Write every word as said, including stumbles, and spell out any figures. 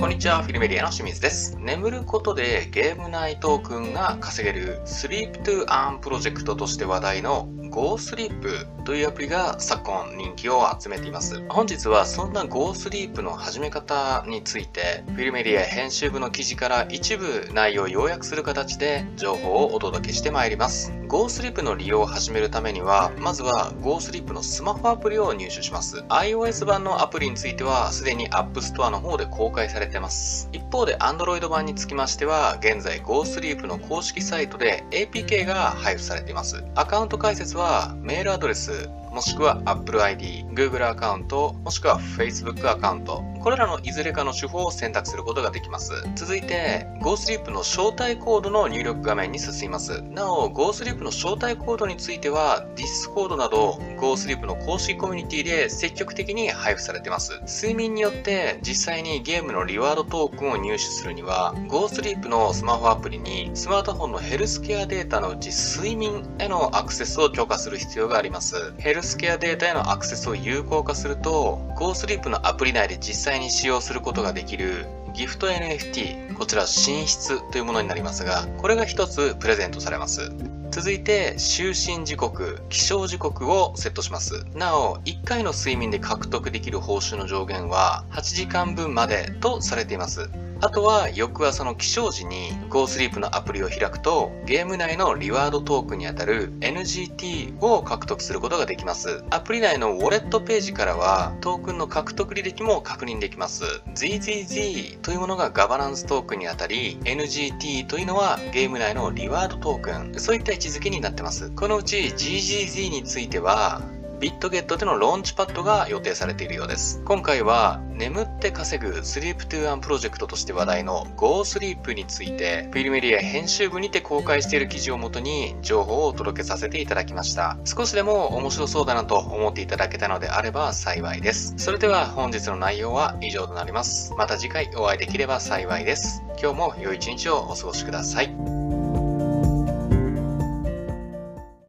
んにちは、フィルメディアの清水です。眠ることでゲーム内トークンが稼げる Sleep to Earn プロジェクトとして話題の GoSleep というアプリが昨今人気を集めています。本日はそんな GoSleep の始め方について、フィルメディア編集部の記事から一部内容を要約する形で情報をお届けしてまいります。GoSleep の利用を始めるためには、まずは GoSleep のスマホアプリを入手します。iOS 版のアプリについては、すでに App Store の方で公開されています。一方で Android 版につきましては、現在 GoSleep の公式サイトで エーピーケー が配布されています。アカウント解説は、メールアドレス、もしくは Apple アイディー、Google アカウント、もしくは Facebook アカウント。これらのいずれかの手法を選択することができます。続いて、GoSleep の招待コードの入力画面に進みます。なお、GoSleep の招待コードについては、Discord など GoSleep の公式コミュニティで積極的に配布されています。睡眠によって実際にゲームのリワードトークンを入手するには、GoSleep のスマホアプリにスマートフォンのヘルスケアデータのうち睡眠へのアクセスを許可する必要があります。ヘルスケアデータへのアクセスを有効化すると、GoSleep のアプリ内で実際に使用することができるギフト エヌエフティー、こちら寝室というものになりますが、これが一つプレゼントされます。続いて、就寝時刻、起床時刻をセットします。なお、いっかいの睡眠で獲得できる報酬の上限ははちじかんぶんまでとされています。あとは翌朝の起床時に GoSleep のアプリを開くとゲーム内のリワードトークンにあたる エヌジーティー を獲得することができます。アプリ内のウォレットページからはトークンの獲得履歴も確認できます。ゼーゼーゼー というものがガバナンストークンにあたり エヌジーティー というのはゲーム内のリワードトークン。そういった位置づけになってます。このうち ジージーゼー についてはビットゲットでのローンチパッドが予定されているようです。今回は眠って稼ぐ Sleep to Earn プロジェクトとして話題の GoSleep についてフィルメディア編集部にて公開している記事をもとに情報をお届けさせていただきました。少しでも面白そうだなと思っていただけたのであれば幸いです。それでは本日の内容は以上となります。また次回お会いできれば幸いです。今日も良い一日をお過ごしください。